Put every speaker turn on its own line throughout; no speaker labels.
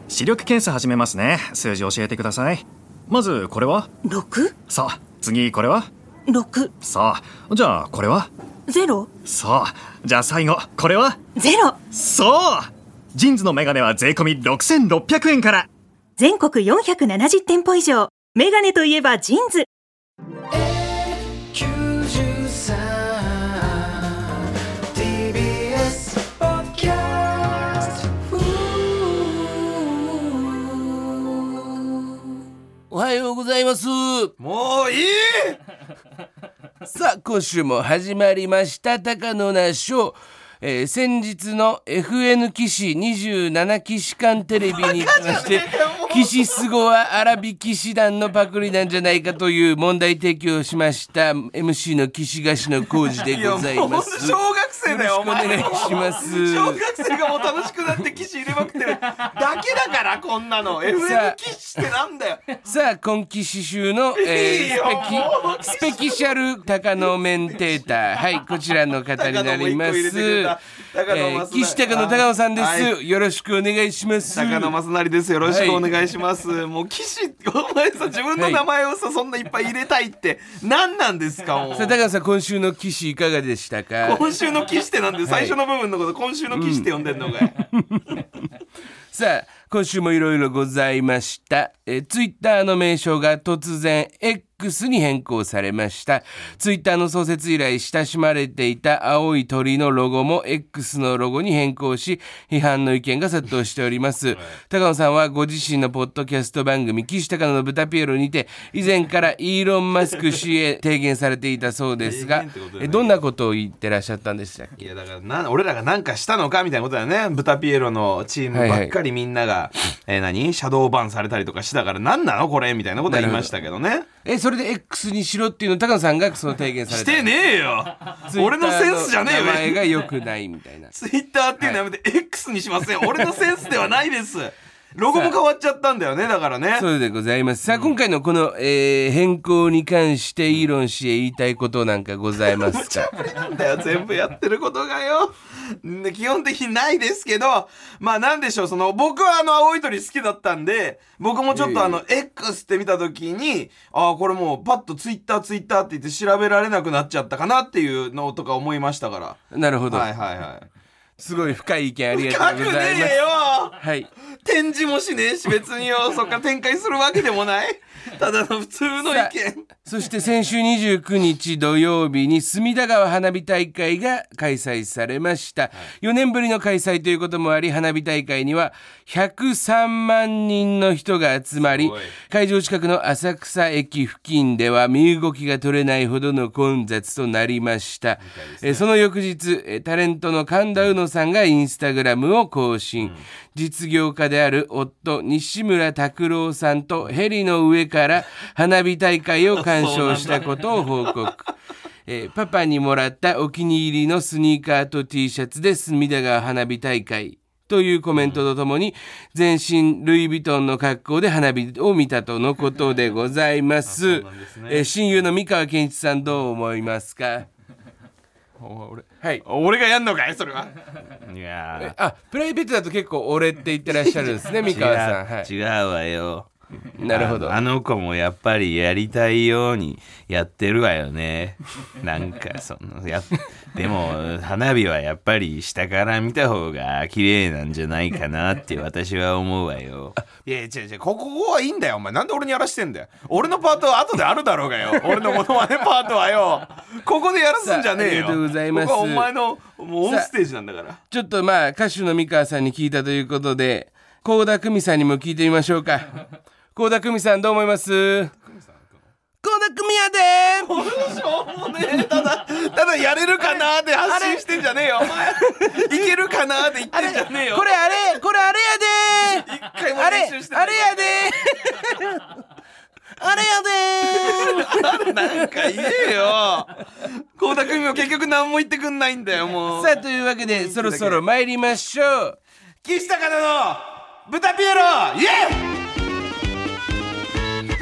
視力検査始めますね。数字教えてください。まずこれは
6？
さあ次これは
6。
さあじゃあこれは
0？
さあじゃあ最後これは
0。
そうジンズのメガネは税込み6600円から。
全国470店舗以上。メガネといえばジンズ。
おはようございます。
もういい
さあ今週も始まりました高野那賞、先日の FN 騎士27騎士館テレビに行きまして騎士スゴは荒引騎士団のパクリなんじゃないかという問題提起をしました MC の騎士菓子の浩二でございます。
小学生だよお前。
よろしくお願いします。
小学生がもう楽しくなって騎士入れまくってるだけだからこんなの。 FN 騎士ってなんだよ。
さあ今期詩集の、
いいよ
スペキシャル高野メンテーター、はいこちらの方になります。岸高野高野さんです、はい、よろしくお願いします。
高野正成です。よろしくお願いします、はい、もう岸お前さ自分の名前をさ、はい、そんないっぱい入れたいって何なんですか。もう
さあ高野さん今週の岸いかがでしたか。
今週の岸ってなんで、最初の部分のこと今週の岸って呼んでんのかい、
さあ今週もいろいろございました。ツイッターの名称が突然 X に変更されました。ツイッターの創設以来親しまれていた青い鳥のロゴも X のロゴに変更し批判の意見が殺到しております。高野さんはご自身のポッドキャスト番組岸高野のブタピエロにて以前からイーロン・マスク氏へ提言されていたそうですが、どんなことを言ってらっしゃったんでしたっけ。
いやだから俺らが何かしたのかみたいなことだよね。ブタピエロのチームばっかりみんなが、シャドーバンされたりとかしたから何なのこれみたいなことは言いましたけどね。
それで X にしろっていうの高野さんがその提言された。
してねえよ俺のセンスじゃねえよ。
名前が良くないみたいな。
ツイッターっていうのやめて、はい、X にしません。俺のセンスではないです。ロゴも変わっちゃったんだよね。だからね。
そうでございます。さあ今回のこの、変更に関してイーロン氏へ言いたいことなんかございますか。
無茶ぶりなんだよ全部やってることがよ。基本的にないですけど、まあなんでしょう、僕は青い鳥好きだったんで、僕もちょっとX って見た時にこれもうパッとツイッターって言って調べられなくなっちゃったかなっていうのとか思いましたから。
なるほど。
はいはいはい。
すごい深い意見ありがとうございます。
深くねえよ。
はい。
展示もしねえし別によそっから展開するわけでもないただの普通の意見。
そして先週29日土曜日に隅田川花火大会が開催されました、はい、4年ぶりの開催ということもあり花火大会には103万人の人が集まり、会場近くの浅草駅付近では身動きが取れないほどの混雑となりました、その翌日タレントの神田うのさんがインスタグラムを更新、実業家である夫西村拓郎さんとヘリの上から花火大会を鑑賞したことを報告。パパにもらったお気に入りのスニーカーと T シャツで隅田川花火大会というコメントとともに全身ルイ・ヴィトンの格好で花火を見たとのことでございます。親友の三河健一さんどう思いますか。
はい、俺がやんのかいそれは。
いやプライベートだと結構俺って言ってらっしゃるんですね三河さん。
はい、違うわよ。
なるほど。
あの子もやっぱりやりたいようにやってるわよね。なんかでも花火はやっぱり下から見た方が綺麗なんじゃないかなって私は思うわよ。
いや違うここはいいんだよ。お前なんで俺にやらしてんだよ。俺のパートは後であるだろうがよ。俺のモノマネパートはよここでやらすんじゃねえよ。
ありがとうございます。
ここはお前のもうオンステージなんだから。
ちょっと歌手の三河さんに聞いたということで倖田來未さんにも聞いてみましょうか。倖田來未さんどう思います。倖田來未やで
ー。しょうもねえ。ただやれるかなーで発信してんじゃねえよお前。いけるかなーで言ってんじゃねえよ。
これあれやでー。
一回も練習してない。
あれやでー。あれやでー。
なんか言えよ。倖田來未も結局何も言ってくんないんだよもう。
さあというわけでそろそろ参りましょう。
岸高野のブタピエロイエー。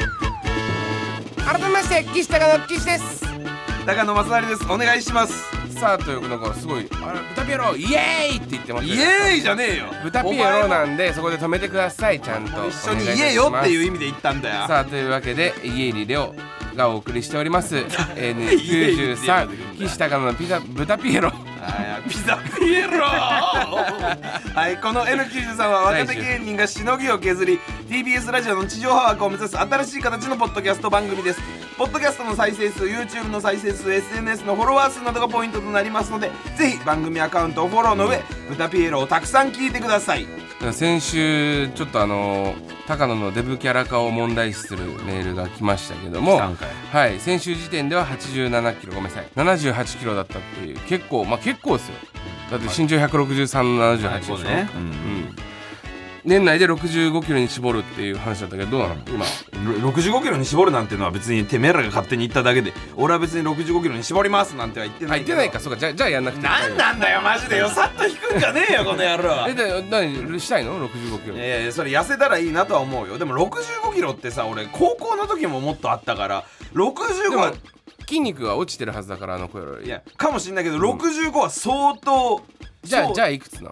改めまして岸高野岸です。
高野正成です。お願いします。
さというのがすごい「あれ豚ピエロイエーイ!」って言ってました
イ
よ。
エーイじゃねえよ。
豚ピエロなんでそこで止めてください、ちゃんと
一緒に言えよっていう意味で言ったんだよ。
さあというわけで家入レオがお送りしております N93 岸高野の豚ピエロ
ピザピエロはい、この N93 は若手芸人がしのぎを削り TBS ラジオの地上波枠を目指す新しい形のポッドキャスト番組です。ポッドキャストの再生数、 YouTube の再生数、 SNS のフォロワー数などがポイントとなりますので、ぜひ番組アカウントをフォローの上、豚ピエロをたくさん聞いてください。
先週ちょっと高野のデブキャラ化を問題視するメールが来ましたけども、はい、先週時点では87キロ、ごめんなさい、78キロだったっていう、結構ですよ。だって身長163の78でしょ、ね、年内で65キロに絞るっていう話だったけど、どうなの今。
65キロに絞るなんていうのは別にてめえらが勝手に言っただけで、俺は別に65キロに絞りますなんては言ってない。
言ってないか。そうか、じゃあやんなくていい。
なんなんだよマジでよ、さっと引くんじゃねえよこの野郎。
何したいの65キロ。
いやそれ痩せたらいいなとは思うよ。でも65キロってさ、俺高校の時ももっとあったから65は
筋肉が落ちてるはずだから、あの子より。
いやかもしんないけど、65は相当。
じゃあいくつなの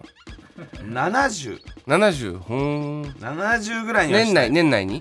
？70
ほーん。
70ぐらいにはしたい。
年内に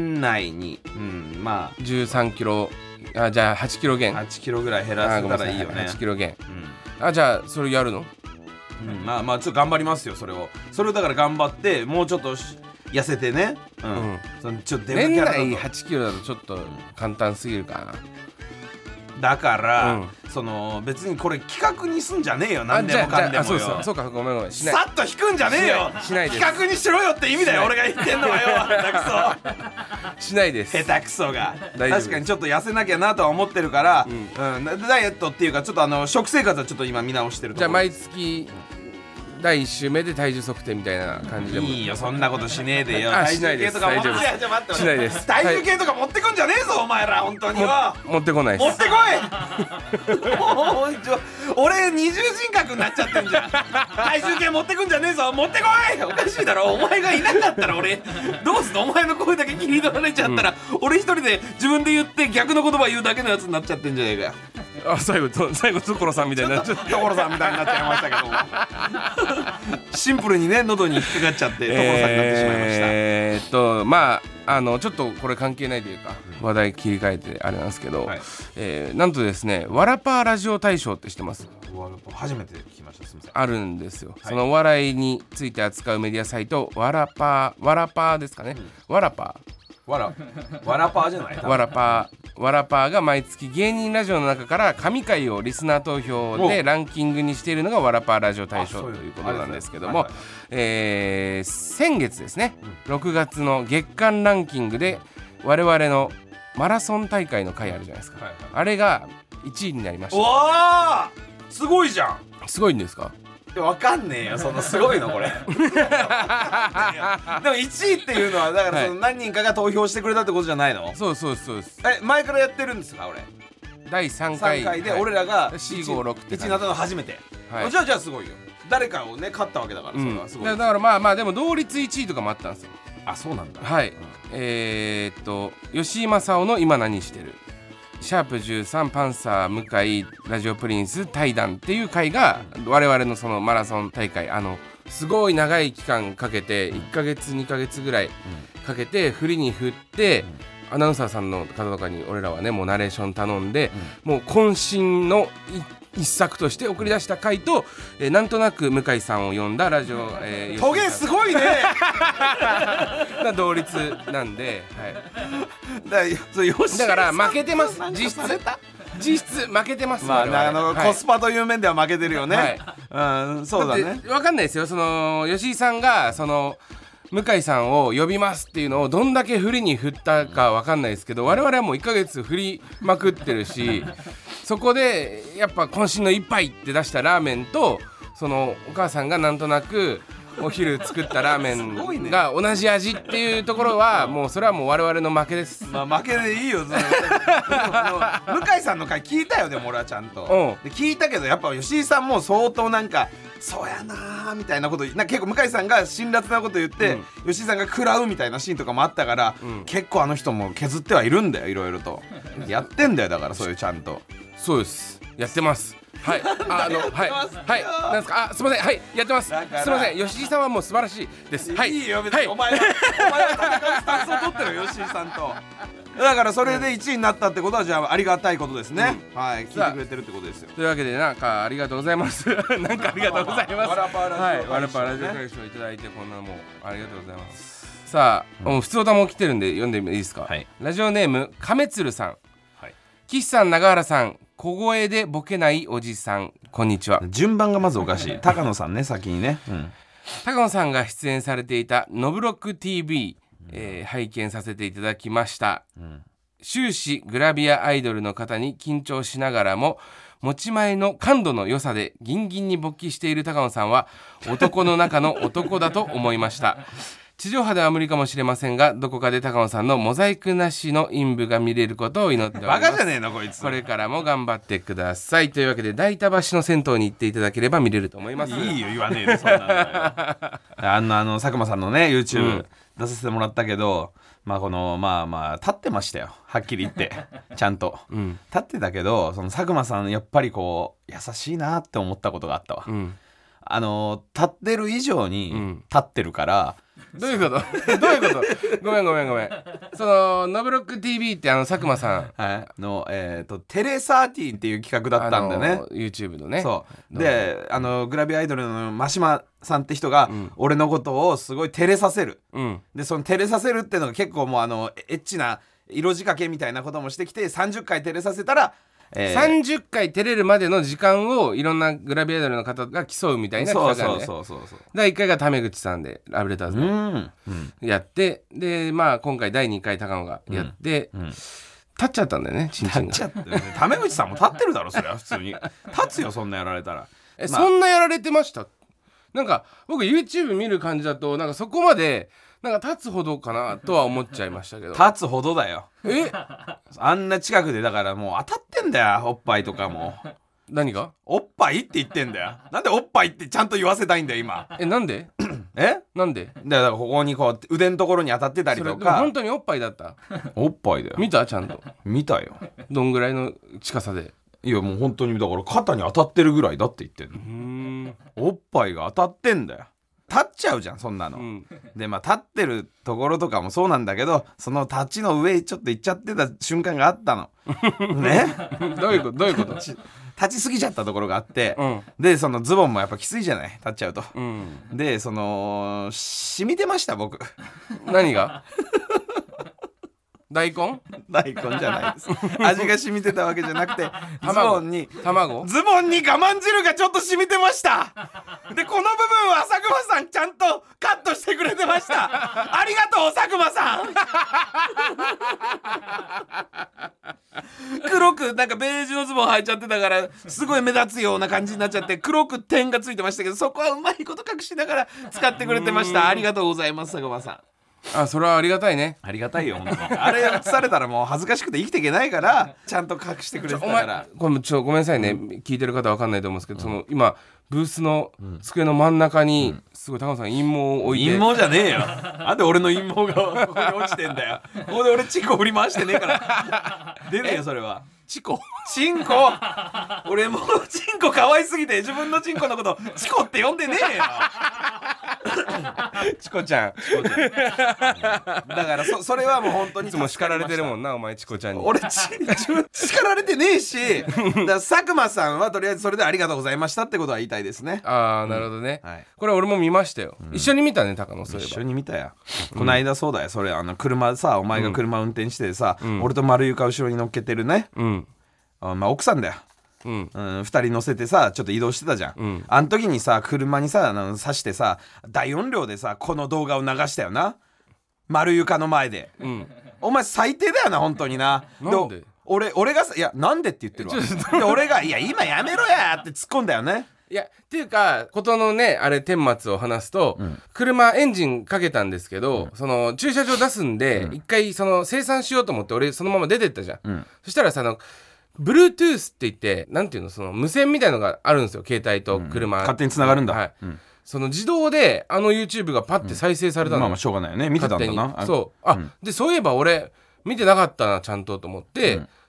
まあ
13キロ、じゃあ8キロ減、
8キロぐらい減らせたらいいよね。
8キロ減、じゃあそれやるの？
まあちょっと頑張りますよ。それをだから頑張ってもうちょっと痩せてね。ちょっと
年内8キロだとちょっと簡単すぎるかな。
だから、その別にこれ企画にすんじゃねえよ。何でもかんでもよ。
そうか、ごめんしない。
さっと引くんじゃねえよ。
しないです。
企画にしろよって意味だよ、俺が言ってんのはよ。下手くそ
しないです。
下手くそが。確かにちょっと痩せなきゃなとは思ってるから、ダイエットっていうかちょっと食生活はちょっと今見直してるところ。
じゃあ毎月第1週目で体重測定みたいな感じでも
いいよ、そんなことしねえでよ。
しないです。
大丈夫です。しないです。体重計とか持ってくんじゃねえぞお前ら、本当には。
持ってこないです。
持ってこい俺二重人格になっちゃってんじゃん。体重計持ってくんじゃねえぞ、持ってこい。おかしいだろ、お前がいなかったら俺どうすんの。お前の声だけ切り取られちゃったら、俺一人で自分で言って逆の言葉言うだけのやつになっちゃってんじゃねえかよ。
最後所さんみたいになっちゃった。
所さんみたいになっちゃいましたけどもシンプルにね喉に引っかかっちゃって所さんになってしまいました。
まあちょっとこれ関係ないというか話題切り替えてあれなんですけど、なんとですね、ワラパーラジオ大賞って知ってます？
初めて聞きました。すみません。
あるんですよ。そのお笑いについて扱うメディアサイトワラパーですかね。ワラパーじゃない？ワラパーが毎月芸人ラジオの中から神回をリスナー投票でランキングにしているのがワラパーラジオ大賞ということなんですけども、先月ですね、6月の月間ランキングで我々のマラソン大会の回あるじゃないですか、あれが1位になりました。
わー、すごいじゃん。
すごいんですか？
わかんねえよ、そのすごいのこれでも1位っていうのはだからその何人かが投票してくれたってことじゃないの？
そうです。
前からやってるんですか？俺
第3回
で俺らが
456って
1位になったの初めて、じゃあすごいよ。誰かをね勝ったわけだから、それはすごい。
だからまあでも同率1位とかもあったんですよ。
あ、そうなんだ。
はい。吉井正夫の今何してる、シャープ13パンサー向井ラジオプリンス対談っていう回が我々のそのマラソン大会、すごい長い期間かけて1ヶ月2ヶ月ぐらいかけて振りに振って、アナウンサーさんの方とかに俺らはねもうナレーション頼んで、もう渾身の一作として送り出した回と、なんとなく向井さんを呼んだラジオ、
トゲすごいね
同率なんで、
だ
から負けてます。実質負けてます。
コスパという面では負けてるよね。そうだね。
分かんないですよ。その吉井さんがその向井さんを呼びますっていうのをどんだけ振りに振ったか分かんないですけど、我々はもう1ヶ月振りまくってるしそこでやっぱ渾身の一杯って出したラーメンと、そのお母さんがなんとなくお昼作ったラーメンが同じ味っていうところはもうそれはもう我々の負けです。
まあ負けでいいよ。向井さんの回聞いたよ。でも俺はちゃんとで聞いたけど、やっぱ吉井さんも相当なんかそうやなーみたいなこと結構向井さんが辛辣なこと言って、吉井さんが食らうみたいなシーンとかもあったから、結構あの人も削ってはいるんだよ。いろいろとやってんだよ。だからそういうちゃんと。
そうです。 やってます。はい、はいなんですか。すみません、はいやってます。すみません、吉井さんはもう素晴らしいです。はい、
いいよ別に、お前は戦うスタンスを取ってるよ吉井さんと。だからそれで1位になったってことはじゃあありがたいことですね。はい、聞いてくれてるってことですよ。
というわけでなんかありがとうございます。なんかありがとうございます。
ワラパーラジオ
はい、ワラパーラジオ大賞いただいて、こんなもうありがとうございます。さあ、もう普通歌も来てるんで読んでもいいですか。
はい、
ラジオネーム亀鶴さん。
はい、
岸さん、永原さん、小声でボケないおじさん、こんにちは。
順番がまずおかしい。高野さんね先にね。
高野さんが出演されていたノブロック TV、拝見させていただきました。終始グラビアアイドルの方に緊張しながらも持ち前の感度の良さでギンギンに勃起している高野さんは男の中の男だと思いました。地上波では無理かもしれませんが、どこかで高野さんのモザイクなしの陰部が見れることを祈っております。
バカじゃねえのこいつ。
これからも頑張ってください。というわけで大田橋の銭湯に行っていただければ見れると思います。
いいよ言わねえでそんなの佐久間さんのね YouTube、出させてもらったけど、まあ立ってましたよ、はっきり言ってちゃんと、立ってたけど、その佐久間さんやっぱりこう優しいなって思ったことがあったわ。立ってる以上に立ってるから、
どういうことどういうことごめん。そのノブロック TV って佐久間さん、
のテレ13っていう企画だったんだね、
YouTube のね。
そうでグラビアアイドルの真島さんって人が、俺のことをすごい照れさせる、でその照れさせるっていうのが結構もうエッチな色仕掛けみたいなこともしてきて、30回照れさせたら
30回照れるまでの時間をいろんなグラビアアイドルの方が競うみたいな企画なんで、第1回がタメ口さんでラブレターズのやって、で今回第2回高野がやって、立っちゃったんだよね、チンチンが。
立っちゃってね、タメ口さんも立ってるだろそれは普通に立つよそんなやられたら。
そんなやられてました？なんか僕 YouTube 見る感じだとなんかそこまでなんか立つほどかなとは思っちゃいましたけど。
立つほどだよ。あんな近くでだからもう当たってんだよ、おっぱいとかも。
何が？
おっぱいって言ってんだよ。なんでおっぱいってちゃんと言わせたいんだよ今。
なんでなんで
だからここにこう腕のところに当たってたりとか。
本当におっぱいだった？
おっぱいだよ。
見た？ちゃんと
見たよ。
どんぐらいの近さで？
いやもう本当にだから肩に当たってるぐらいだって言ってんの。おっぱいが当たってんだよ。立っちゃうじゃんそんなの、で立ってるところとかもそうなんだけど、その立ちの上ちょっと行っちゃってた瞬間があったのね。
どういうこと
立ちすぎちゃったところがあって、でそのズボンもやっぱきついじゃない、立っちゃうと、でその染みてました僕。
何が？大根
じゃないです。味が染みてたわけじゃなくてズボンに我慢汁がちょっと染みてました。でこの部分は佐久間さんちゃんとカットしてくれてました。ありがとう佐久間さん。黒くなんかベージュのズボン履いちゃってたからすごい目立つような感じになっちゃって、黒く点がついてましたけど、そこはうまいこと隠しながら使ってくれてました。ありがとうございます佐久間さん。
それはありがたいね。
ありがたいよ本当に。あれ映されたらもう恥ずかしくて生きていけないからちゃんと隠してくれてたから。
これごめんなさいね、聞いてる方わかんないと思うんですけど、その今ブースの机の真ん中にすごい高野さん陰毛を置いて。
陰毛じゃねえよ。なんで俺の陰毛がここに落ちてんだよ。ここで俺チンコ振り回してねえから出ねえよそれは。チンコ俺もうチンコ可愛すぎて自分のチンコのことチコって呼んでねえよ。
チコちゃん
だからそれはもう本当に
いつも叱られてるもんなお前チコちゃんに。
俺叱られてねえしだから佐久間さんはとりあえずそれでありがとうございましたってことは言いたいですね。
なるほどね、これ俺も見ましたよ、一緒に見たね高野。そういえば
一緒に見たよ、この間。そうだよそれ車さ、お前が車運転してさ、俺と丸床後ろに乗っけてるね、奥さんだよ、2人乗せてさちょっと移動してたじゃん、あの時にさ車にさ刺してさ大音量でさこの動画を流したよな、丸床の前で、お前最低だよな本当にな。
なんで
俺がさ、いやなんでって言ってるわ。で俺がいや今やめろやって突っ込んだよね。
いやっていうかことのねあれ顛末を話すと、車エンジンかけたんですけど、その駐車場出すんで一回その生産しようと思って俺そのまま出てったじゃん、そしたらさBluetooth って言ってなんていうの、その無線みたいのがあるんですよ、携帯と車、
勝手に繋がるんだ、
その自動でYouTube がパッて再生されたの、
まあしょうがないよね、見てたんだな。
でそういえば俺見てなかったなちゃんとと思って、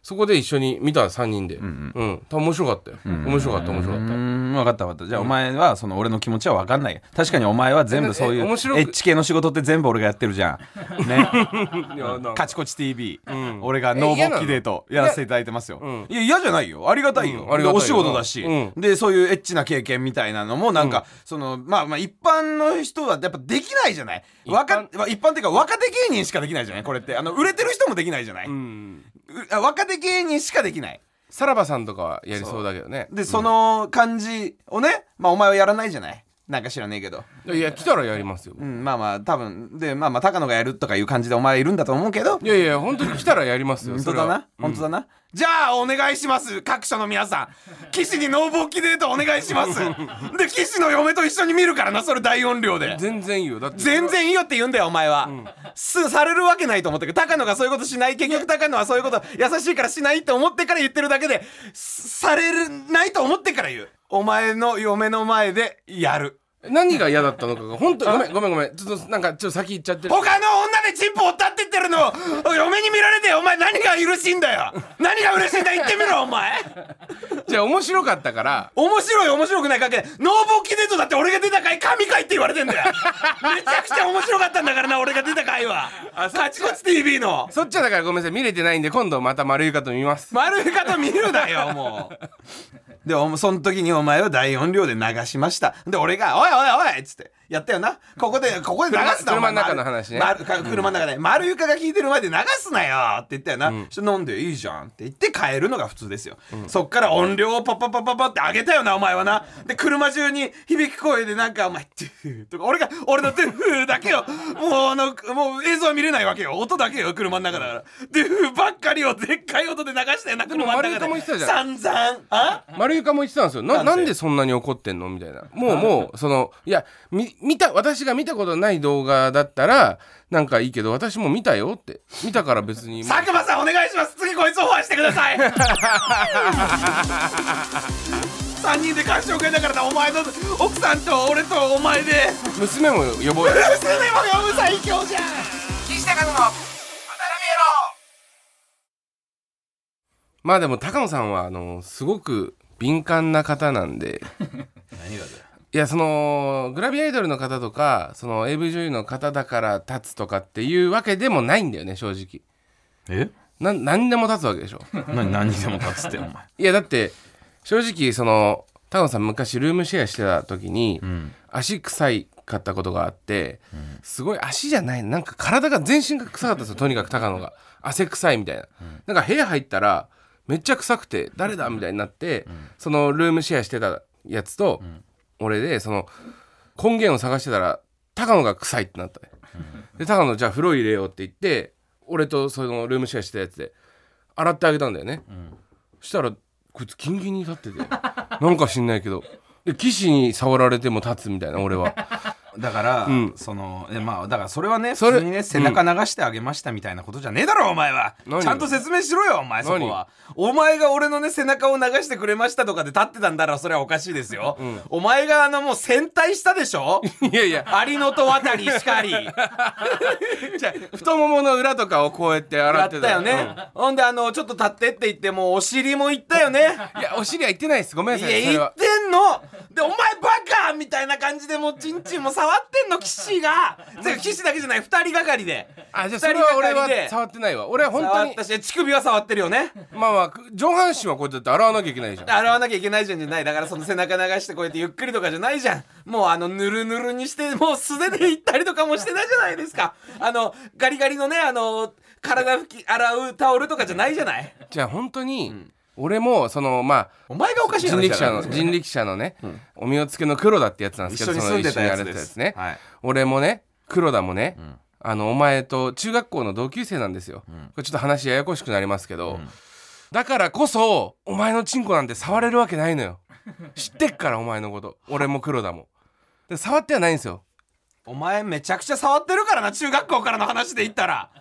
そこで一緒に見た3人で、面白かったよ、面白かった
分かった分かった。じゃあお前はその俺の気持ちは分かんない。確かにお前は全部そういうエッチ系の仕事って全部俺がやってるじゃんね。カチコチ TV、俺がノーボッキデートやらせていただいてますよ。いや嫌じゃないよ、ありがたいよ、お仕事だし、でそういうエッチな経験みたいなのもなんか、そのまあ一般の人はやっぱできないじゃない。一般っていうか若手芸人しかできないじゃないこれって。売れてる人もできないじゃない、若手芸人しかできない。
さらばさんとかはやりそうだけどね。
でその感じをね、まあお前はやらないじゃない、なんか知らねえけど。
いや来たらやりますよ、
まあまあ多分でまあ高野がやるとかいう感じでお前いるんだと思うけど。
いやいや本当に来たらやりますよ。
本当だな、本当だな。じゃあお願いします、各所の皆さん。岸にノーボッキデートお願いします。で岸の嫁と一緒に見るからな、それ大音量で。
全然いいよ。だって
全然いいよって言うんだよお前は、されるわけないと思ってる。高野がそういうことしない、結局高野はそういうこと優しいからしないって思ってから言ってるだけで、されないと思ってから言う。お前の嫁の前でやる。
何が嫌だったのかが本当にごめんちょっとなんかちょっと先行っちゃってる。
他の女でチンポをたってってるのを嫁に見られてお前何が嬉しいんだよ。何が嬉しいんだ言ってみろお前。
じゃあ面白かったから。
面白い面白くない関係ない。ノーボッキデートだって俺が出た回神回って言われてんだよ。めちゃくちゃ面白かったんだからな、俺が出た回は。カチコチ TV の
そっちはだからごめんなさい見れてないんで、今度また丸床と見ます。
丸床と見るなよもう。でその時にお前を大音量で流しました。で俺がおいっつってやったよな。ここで流すな。
車の中の話ね。
車の中で丸床が聞いてる前で流すなよって言ったよな。飲んでいいじゃんって言って帰るのが普通ですよ。そっから音量をパッパって上げたよなお前はな。で車中に響く声でなんかお前トゥーとか俺のトゥーだけよ。もう映像は見れないわけよ。音だけよ車の中だから。トゥーばっかりをでっかい音で流したよな車の中で。散々
丸床も言ってたんですよ。なんでそんなに怒ってんのみたいな。もうそのいや私が見たことない動画だったらなんかいいけど、私も見たよって。見たから別に
佐久間さんお願いします。次こいつオファーしてください。3人で鑑賞会だからな。お前の奥さんと俺とお前で
娘も呼ぼうよ。
娘も呼ぶ最強じゃん。岸高野の渡辺野郎。
まあでも高野さんはすごく敏感な方なんで。
何がだよ。
いやそのグラビアアイドルの方とかその AV 女優の方だから立つとかっていうわけでもないんだよね正直。何でも立つわけでしょ。
何でも立つってお前。
いやだって正直その高野さん昔ルームシェアしてた時に、足臭いかったことがあって、すごい足じゃないなんか体が全身が臭かったんですよ。とにかく高野が汗臭いみたいな、なんか部屋入ったらめっちゃ臭くて誰だみたいになって、そのルームシェアしてたやつと、俺でその根源を探してたら高野が臭いってなったね。で高野じゃあ風呂入れようって言って俺とそのルームシェアしてたやつで洗ってあげたんだよね。そしたらこいつキンキンに立っててなんか知んないけど岸に触られても立つみたいな俺は。
だから、だからそれはね普通にね背中流してあげましたみたいなことじゃねえだろお前は。ちゃんと説明しろよお前。そこはお前が俺のね背中を流してくれましたとかで立ってたんだろ。それはおかしいですよ、お前がもう戦隊したでしょ。
いや
アリノと渡りしかり。
じゃあ太ももの裏とかをこうやって洗ってた
よね、ほんでちょっと立ってって言ってもうお尻もいったよね。
いやお尻は言ってないです、ごめんなさい。
いや言ってんのでお前バカみたいな感じでもうチンチンも触ってんの岸が。岸だけじゃない2人がかりで。
じゃあそれは俺は触ってないわ。俺は本当に
触ったし乳首は触ってるよね。
まあ上半身はこうやって洗わなきゃいけないじゃん。
洗わなきゃいけないじゃんじゃない。だからその背中流してこうやってゆっくりとかじゃないじゃん。もうぬるぬるにしてもう素手でいったりとかもしてないじゃないですか。ガリガリのね体拭き洗うタオルとかじゃないじゃない。
じゃあ本当に、俺もその
お前がおかしい
人力車のね、お身をつけの黒田ってやつなんですけど、
一緒に住んでたやつです
ね、俺もね黒田もね、お前と中学校の同級生なんですよ、これちょっと話ややこしくなりますけど、だからこそお前のチンコなんて触れるわけないのよ。知ってっからお前のこと。俺も黒田もで触ってはないんですよ。
お前めちゃくちゃ触ってるからな。中学校からの話で言ったら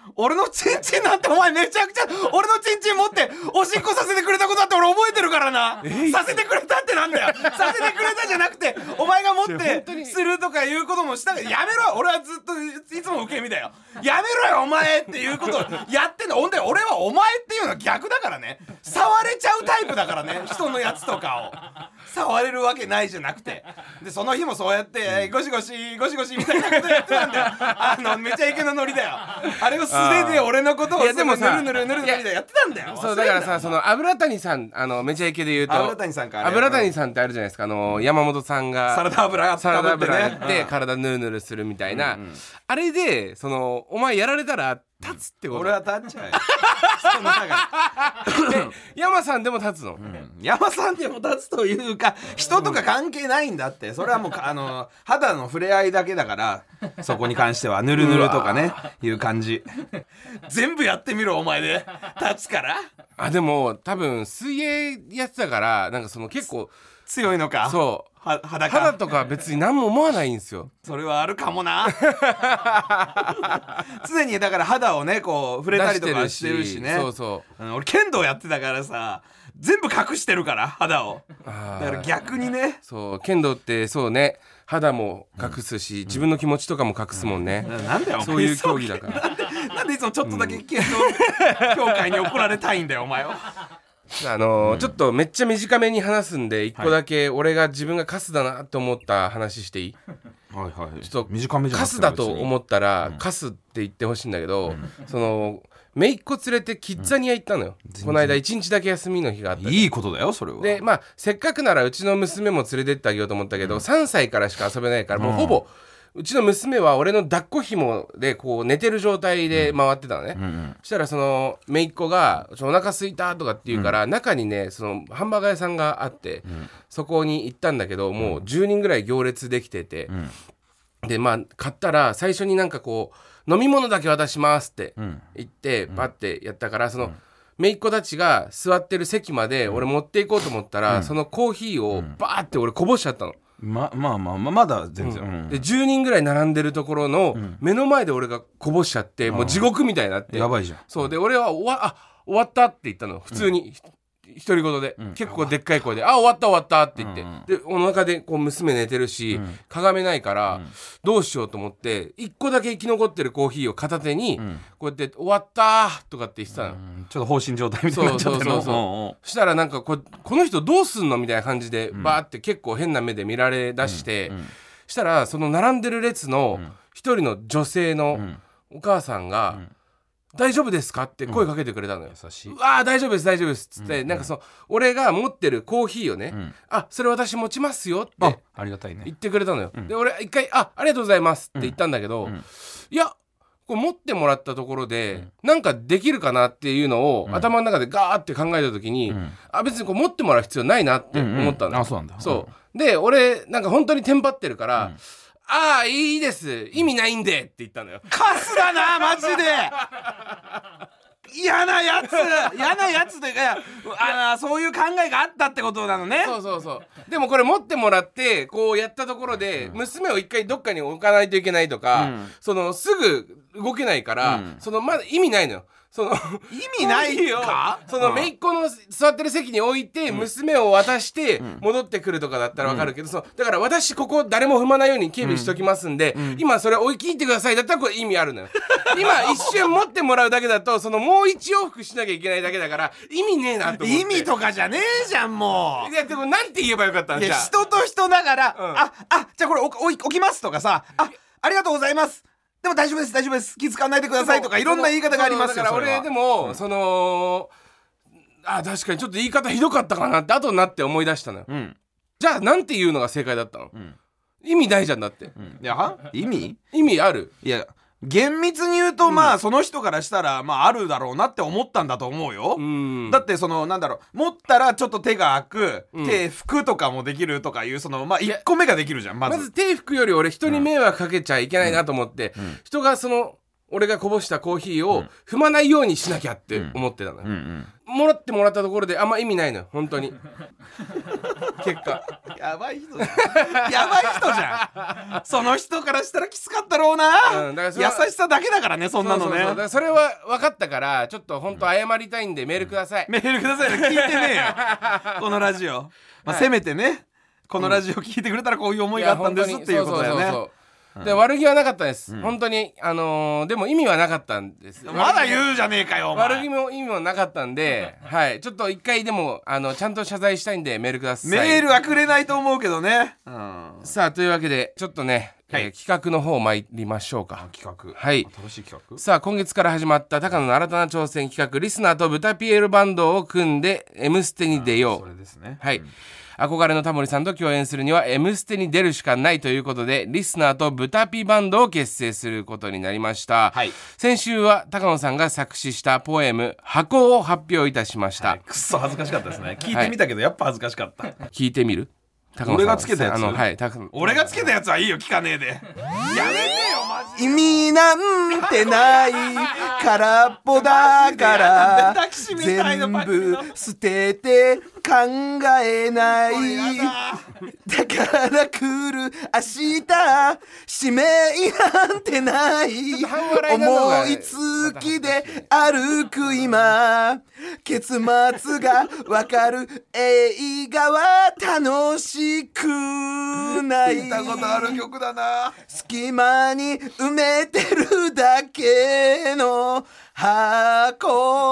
俺のチンチンなんてお前めちゃくちゃ俺のチンチン持っておしっこさせてくれたことだって俺覚えてるからな。させてくれたってなんだよ。させてくれたじゃなくてお前が持ってするとかいうこともしたやめろ。俺はずっといつも受け身だよ。やめろよお前っていうことをやってんの。ほんで俺はお前っていうのは逆だからね。触れちゃうタイプだからね。人のやつとかを触れるわけないじゃなくて、でその日もそうやってゴシゴシみたいなことやってたんだよ。めちゃイケのノリだよ。あれを素手で俺のことを
いやでもさ
ぬるぬるでやってたんだよ。
そうだからさ、その油谷さんめちゃイケで言うと
油谷さんか
油谷さんってあるじゃないですか、山本さんが
サラダ油や
って体ヌルヌルするみたいな、あれでそのお前やられたら立つってこと。
俺は立っちゃうよ。その中で
山さんでも立つの、
山さんでも立つというか人とか関係ないんだって。それはもう肌の触れ合いだけだから、そこに関してはヌルヌルとかねいう感じ。全部やってみろお前で立つから。
あでも多分水泳やってたからなんかその結構
強いのか。
そう肌とか別に何も思わないんですよ。
それはあるかもな。常にだから肌をねこう触れたりとかしてるしね。
そうそう、
俺剣道やってたからさ全部隠してるから肌を。だから逆にね。
そう剣道ってそうね、肌も隠すし、自分の気持ちとかも隠すもんね、
なんだよ
そういう競技だから
なんでいつもちょっとだけ剣道協会に怒られたいんだよお前は。
ちょっとめっちゃ短めに話すんで一個だけ俺が自分がカスだなと思った話していい？
はいはい。
ちょっと
短めじゃな
カスだと思ったらカスって言ってほしいんだけど、その姪っ子連れてキッザニア行ったのよ、この間1日だけ休みの日があった。
いいことだよそれは。
でまあせっかくならうちの娘も連れてってあげようと思ったけど、3歳からしか遊べないからもうほぼうちの娘は俺の抱っこ紐でこう寝てる状態で回ってたのね、そしたらその姪っ子がお腹空いたとかって言うから、中にねそのハンバーガー屋さんがあって、そこに行ったんだけどもう10人ぐらい行列できてて、でまあ買ったら最初になんかこう飲み物だけ渡しますって言ってパッてやったから、その姪っ子たちが座ってる席まで俺持っていこうと思ったら、そのコーヒーをバーって俺こぼしちゃったの。
まだ全然、
で10人ぐらい並んでるところの目の前で俺がこぼしちゃって、もう地獄みたいになって、
やばいじゃん。
そうで俺は終わったって言ったの普通に、独り言で、結構でっかい声で終わったって言って、でお腹でこう娘寝てるし、かがめないから、どうしようと思って1個だけ生き残ってるコーヒーを片手に、こうやって終わったとかって言ってたの、
ちょっと放心状態みたいになっちゃってるの。
そうしたらなんかこの人どうすんのみたいな感じでバーって結構変な目で見られだして、したらその並んでる列の一人の女性のお母さんが、大丈夫ですかって声かけてくれたのよ、
優しい。
大丈夫ですっつって、なんか俺が持ってるコーヒーをね、それ私持ちますよって
ありがたいね
言ってくれたのよ、で俺一回ありがとうございますって言ったんだけど、いやこう持ってもらったところで、なんかできるかなっていうのを、頭の中でガーって考えた時に、別にこう持ってもらう必要ないなって思ったの、
そうなんだ。
そうで俺なんか本当にテンパってるから、いいです意味ないんでって言ったのよ。
カスだなマジで。嫌なやつでそういう考えがあったってことなのね。
そうでもこれ持ってもらってこうやったところで、娘を一回どっかに置かないといけないとか、すぐ動けないから、まだ意味ないのよ。
意味ないか。
姪っ子の座ってる席に置いて、娘を渡して戻ってくるとかだったら分かるけど、だから私ここ誰も踏まないように警備しときますんで、今それ置い切ってくださいだったらこれ意味あるのよ。今一瞬持ってもらうだけだともう一往復しなきゃいけないだけだから意味ねえなと思って。
意味とかじゃねえじゃんもう。
いやでもなんて言えばよかったんじゃ。
人と人だから、じゃあこれ置きますとかさ、ありがとうございますでも大丈夫です気使わないでくださいとかいろんな言い方がありますよ。
だから俺でも確かにちょっと言い方ひどかったかなって後になって思い出したのよ、じゃあなんて言うのが正解だったの、意味ないじゃんだって、
いや意
味ある。
いや厳密に言うと、その人からしたらあるだろうなって思ったんだと思うよ、だってなんだろう、持ったらちょっと手が空く、手拭くとかもできるとかいう1個目ができるじゃん。まず
手拭くより俺人に迷惑かけちゃいけないなと思って、人が俺がこぼしたコーヒーを踏まないようにしなきゃって思ってたのよ、もらったところであんま意味ないのよ本当に結果
やばい人じゃんやばい人じゃんその人からしたらきつかったろうな、
だから
優しさだけだからねそんなのね。
だからそれは分かったからちょっと本当謝りたいんでメールください、
メールくださいね。聞いてねえよこのラジオ、せめてねこのラジオ聞いてくれたらこういう思いがあったんですっていうことだよね。
で悪気はなかったです、本当にでも意味はなかったんです。
まだ言うじゃねえかよお前。
悪気も意味もなかったんではいちょっと一回でもちゃんと謝罪したいんでメールください。
メールはくれないと思うけどね、
さあというわけでちょっとね、企画の方参りましょうか。
企画、
はい
新しい企画。
さあ今月から始まった高野の新たな挑戦企画リスナーとブタピエールバンドを組んで M ステに出よう。
それですね。
はい、憧れのタモリさんと共演するには M ステに出るしかないということでリスナーとブタピバンドを結成することになりました、
はい、
先週は高野さんが作詞したポエム箱を発表いたしました、
くっそ恥ずかしかったですね。聞いてみたけどやっぱ恥ずかしかった、
聞いてみる。
俺がつけたやつ、俺がつけたやつはいいよ聞かねえでやめてよマジで。意味なんてない空っぽだから全部捨てて考えない。だから来る明日使命なんてない思いつきで歩く今結末がわかる映画は楽しくない。聞いたことある曲だな。隙間に埋めてるだけの箱。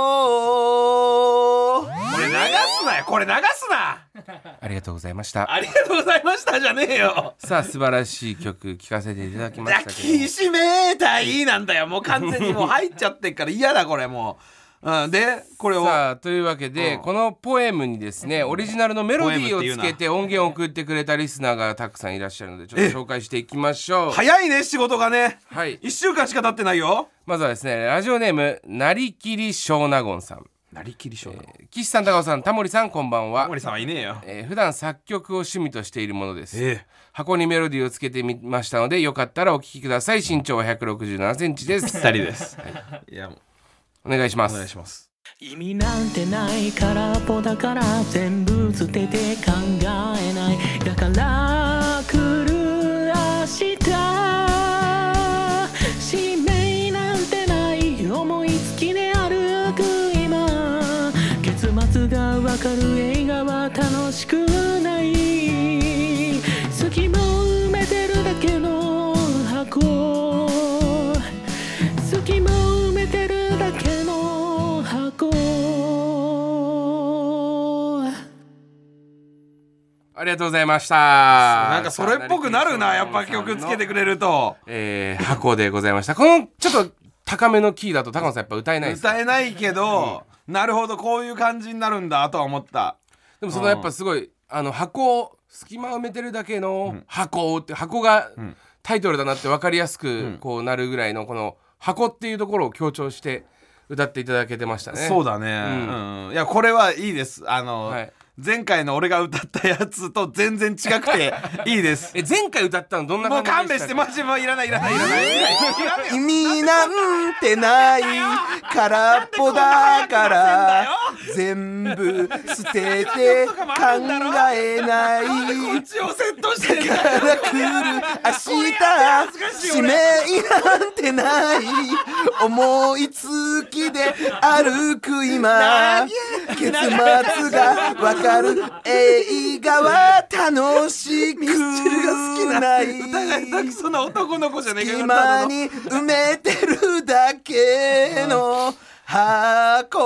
これ流すなよ、これ流すな。
ありがとうございました。
ありがとうございましたじゃねえよ。
さあ素晴らしい曲聴かせていただきましたけど、
抱きしめたいなんだよ。もう完全にもう入っちゃってっから嫌だこれもう、でこれを
さあというわけで、このポエムにですねオリジナルのメロディーをつけて音源を送ってくれたリスナーがたくさんいらっしゃるのでちょっと紹介していきましょう。
早いね仕事がね。
はい、
1週間しか経ってないよ。
まずはですねラジオネームなりきりしょうなごんさん。
なりきりしょうなごん、
岸さん高尾さんタモリさんこんばんは。
タモリさんはいねえよ。
普段作曲を趣味としているものです、箱にメロディーをつけてみましたのでよかったらお聴きください。身長は167センチです。
2人です、いやもう
お願いします。
お願いします。
意味なんてない空っぽだから全部捨てて考えない。だから来る明日使命なんてない思いつきで歩く今結末がわかる映画は楽しくない隙間を埋めてるだけの箱隙間を埋めてるだけの箱。
ありがとうございました。
なんかそれっぽくなるなやっぱ曲つけてくれると。
箱でございました。このちょっと高めのキーだと高野さんやっぱ歌えないですか。
歌えないけど、なるほどこういう感じになるんだとは思った。
でもそのやっぱすごい箱隙間を埋めてるだけの箱って箱がタイトルだなって分かりやすくこうなるぐらいのこの箱っていうところを強調して歌っていただけてましたね。
そうだね、いやこれはいいです。前回の俺が歌ったやつと全然違くていいです。
前回歌ったのどんな
もう
感じでしたっけ。
勘弁してマジもういらない意味なんてない空っぽだから全部捨てて考えない。こっちをセットしてるから来る明日使命なんてない思いつきで歩く今結末がわかる映画は楽しくない歌が下手くそな男の子じゃねえか。隙間に埋めてるだけの箱。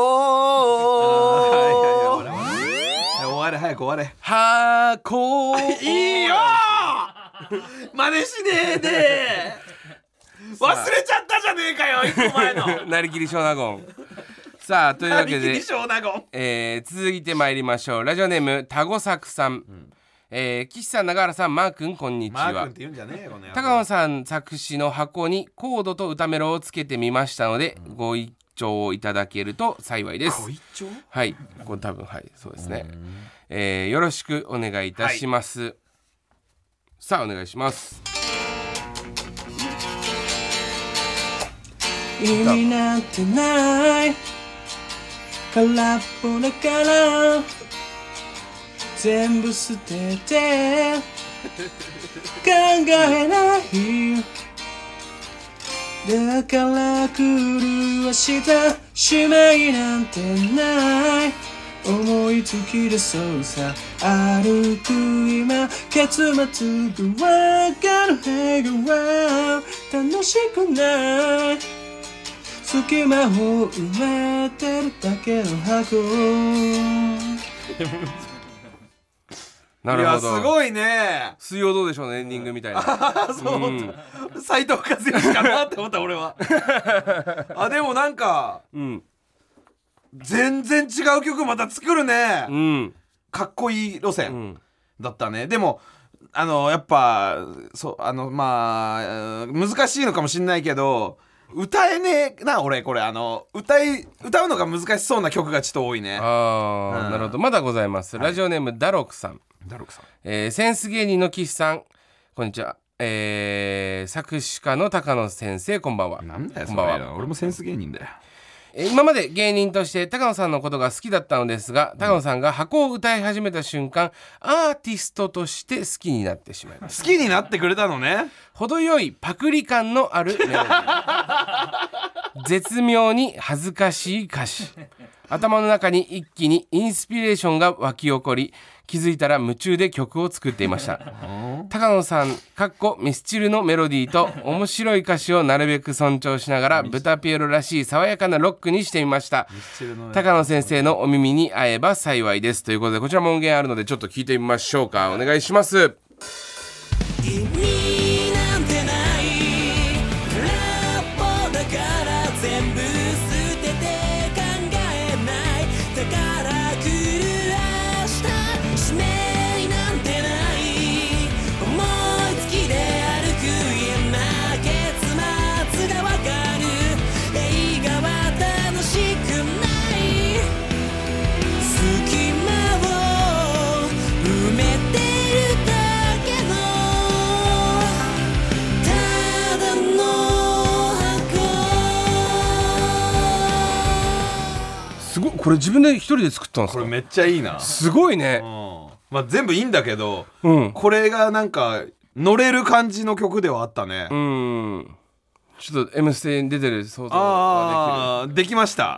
終われ早く終われ。
箱
いいよ真似しねえで忘れちゃったじゃねえかよ1個前の
なりきりしょうなごん。さあというわけで続いて参りましょう。ラジオネームタゴサクさん、岸さん永原さんマー君こんにちは。高野さん作詞の箱にコードと歌メロをつけてみましたので、ご一聴いただけると幸いです。
ご一聴？
はい、これ多分はいそうですね、よろしくお願いいたします、さあお願いします。 意味なんてない空っぽだから全部捨てて考えないだから来る明日しまいなんてない思いつきでそうさ歩く今結末がわかる笑顔楽しくない隙間を埋めてるだけの箱なるほど。
いやすごいね。
水曜どうでしょうねエンディングみたいな
そう思った斉藤和義かなって思った俺はあでもなんか、うん、全然違う曲また作るね、うん、かっこいい路線だったね、うん、でもやっぱそうまあ難しいのかもしんないけど歌えねえな俺これ歌うのが難しそうな曲がちょっと多いね。
ああ、うん、なるほど。まだございます。ラジオネームダロクさん。センス芸人の岸さんこんにちは。作詞家の高野先生こんばんは。
なんだよそれ。俺もセンス芸人だよ。
今まで芸人として高野さんのことが好きだったのですが、高野さんが箱を歌い始めた瞬間アーティストとして好きになってしまいました。
好きになってくれたのね。
程よいパクリ感のあるメロディー絶妙に恥ずかしい歌詞頭の中に一気にインスピレーションが湧き起こり気づいたら夢中で曲を作っていました高野さんミスチルのメロディーと面白い歌詞をなるべく尊重しながらブタピエロらしい爽やかなロックにしてみました。高野先生のお耳に合えば幸いですということでこちらも音源あるのでちょっと聞いてみましょうか。お願いします。これ自分で一人で作ったんですか。
これめっちゃいいな。
すごいね、
まあ、全部いいんだけど、うん、これがなんか乗れる感じの曲ではあったね。
ちょっと M ステに出てる想像が
できました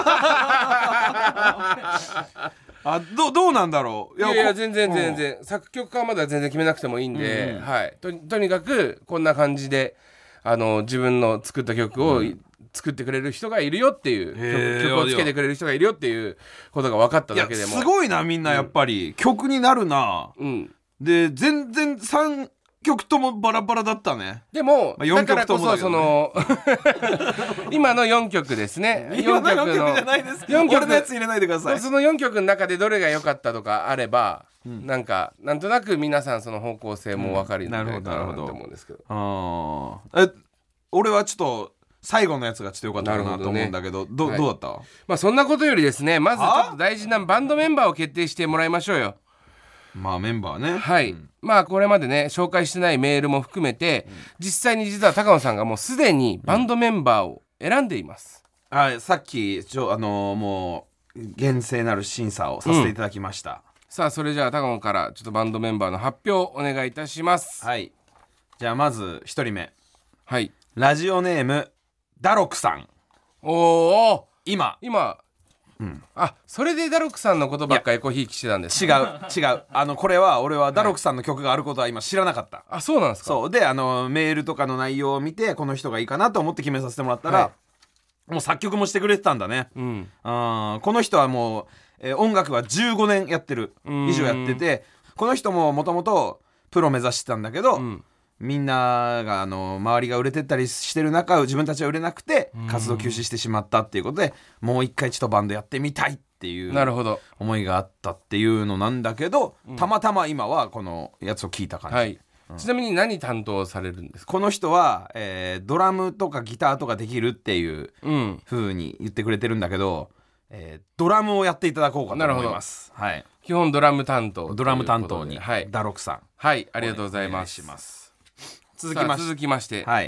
どうなんだろう。
いや全然、作曲家はまだ全然決めなくてもいいんで、はい、とにかくこんな感じで自分の作った曲を、作ってくれる人がいるよっていう曲をつけてくれる人がいるよっていうことが分かっただけでも
すごいな。みんなやっぱり、曲になるな、で全然3曲ともバラバラだったね。
でも、だからこそその今の4曲ですね。
今の4曲じゃないです。俺のやつ入れないでください。
その4曲の中でどれが良かったとかあれば、なんとなく皆さんその方向性も分かるんじゃないかなと思うんですけど。
俺はちょっと最後のやつがちょっと良かったなと思うんだけど、どうだった？
まあそんなことよりですね、まずちょっと大事なバンドメンバーを決定してもらいましょうよ。
まあメンバーね。
はい、まあこれまでね紹介してないメールも含めて、実際に実は高野さんがもうすでにバンドメンバーを選んでいます。
さっきもう厳正なる審査をさせていただきました。
さあそれじゃあ高野からちょっとバンドメンバーの発表をお願いいたします。
はい、じゃあまず1人目、
はい、
ラジオネームダロクさん。
おお、
今、
それでダロクさんのことばっかりエコひいきしてたんです。
違うこれは俺はダロクさんの曲があることは今知らなかった。
あ、そうなんですか。
そうでメールとかの内容を見てこの人がいいかなと思って決めさせてもらったら、もう作曲もしてくれてたんだね。この人はもう、音楽は15年やってる以上やってて、この人ももともとプロ目指してたんだけど、みんなが周りが売れてったりしてる中自分たちは売れなくて活動休止してしまったっていうことで、もう一回ちょっとバンドやってみたいっていう思いがあったっていうのなんだけど、たまたま今はこのやつを聞いた感じ、
ちなみに何担当されるんですか。
この人は、ドラムとかギターとかできるっていう風に言ってくれてるんだけど、ドラムをやっていただこうかと思います。はい、
基本ドラム担当
に、ダロクさん。
はい、ありがとうございます。
続きまして、
はい、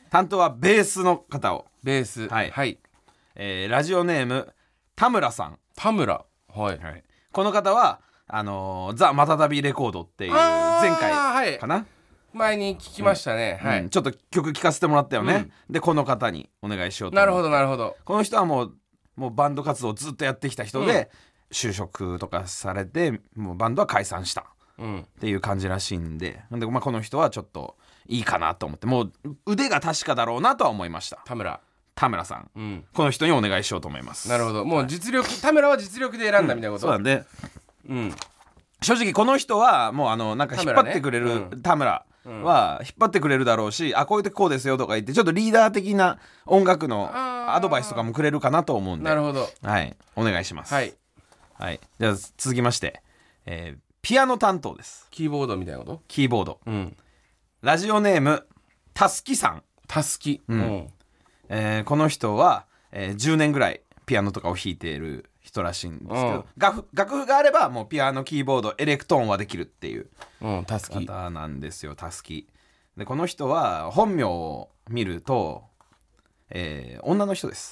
担当はベースの方を、
ベース
はい
はい。
ラジオネーム田村さん、
田村はい。
この方はザ・またたびレコードっていう前回かな、
前に聞きましたね。はい。
ちょっと曲聴かせてもらったよね、でこの方にお願いしようと思って。
なるほどなるほど。
この人はもうバンド活動をずっとやってきた人で、就職とかされてもうバンドは解散したっていう感じらしいんで、この人はちょっといいかなと思って、もう腕が確かだろうなとは思いました。
田村
さん、
こ
の人にお願いしようと思います。
なるほど。もう実力、田村は実力で選んだみたいなこと。
そうなんで、正直この人はもうなんか引っ張ってくれる田村は引っ張ってくれるだろうし、こういう時こうですよとか言ってちょっとリーダー的な音楽のアドバイスとかもくれるかなと思うんで、
なるほど、
はい、お願いします。
はい、
はい、じゃあ続きまして、ピアノ担当です。
キーボードみたいなこと。
キーボード、ラジオネームたすきさん。
たすき、
この人は、10年ぐらいピアノとかを弾いている人らしいんですけど、楽譜があればもうピアノ、キーボード、エレクトーンはできるっていう方なんですよ、たすきで。この人は本名を見ると、女の人です、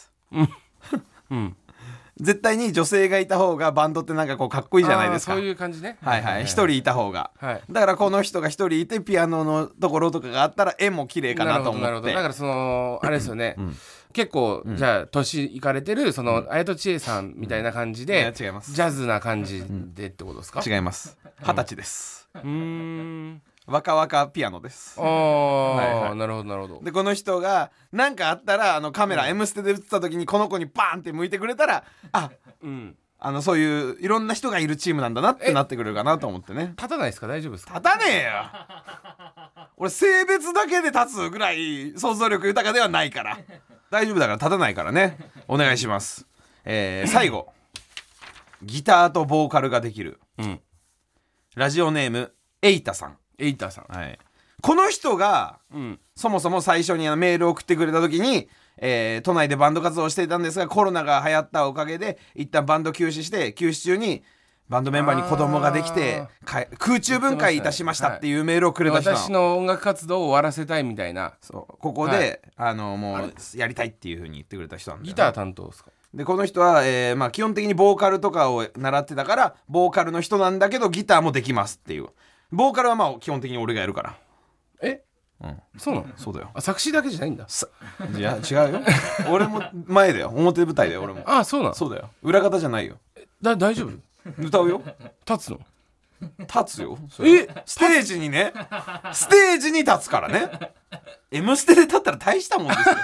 絶対に女性がいた方がバンドってなんかこうかっこいいじゃないですか。
そういう感じね。
はいはい、一人いた方が、だからこの人が一人いてピアノのところとかがあったら絵も綺麗かなと思って。なるほど。
だからそのあれですよね、結構じゃあ年いかれてるその綾戸千恵さんみたいな感じで、
違います。
ジャズな感じでってことですか。
違います。20歳です。若々ピアノです。
なるほどなるほど。
でこの人が何かあったらカメラ、M ステで映った時にこの子にバーンって向いてくれたら、そういういろんな人がいるチームなんだなってなってくれるかなと思ってね。
立たないですか。大丈夫ですか。
立たねえよ俺性別だけで立つぐらい想像力豊かではないから大丈夫だから、立たないからね。お願いします。最後ギターとボーカルができる、ラジオネームエイタさん。はい、この人が、そもそも最初にメールを送ってくれた時に、都内でバンド活動をしていたんですが、コロナが流行ったおかげで一旦バンド休止して、休止中にバンドメンバーに子供ができて空中分解いたしましたっていうメールをくれた人なの。
私の音楽活動を終わらせたいみたいな。
そうここで、もうやりたいっていう風に言ってくれた人なんだよね。
ギター担当ですか。
でこの人は、基本的にボーカルとかを習ってたからボーカルの人なんだけどギターもできますっていう。ボーカルは基本的に俺がやるから。
そうなの。
そうだよ。
作詞だけじゃないんだ。
いや違うよ俺も前だよ、表舞台だよ俺も。
そうなの。
そうだよ、裏方じゃないよ。
大丈夫。
歌うよ。
立つの。
立つよ。ステージにね、ステージに立つからね。M ステで立ったら大したもんです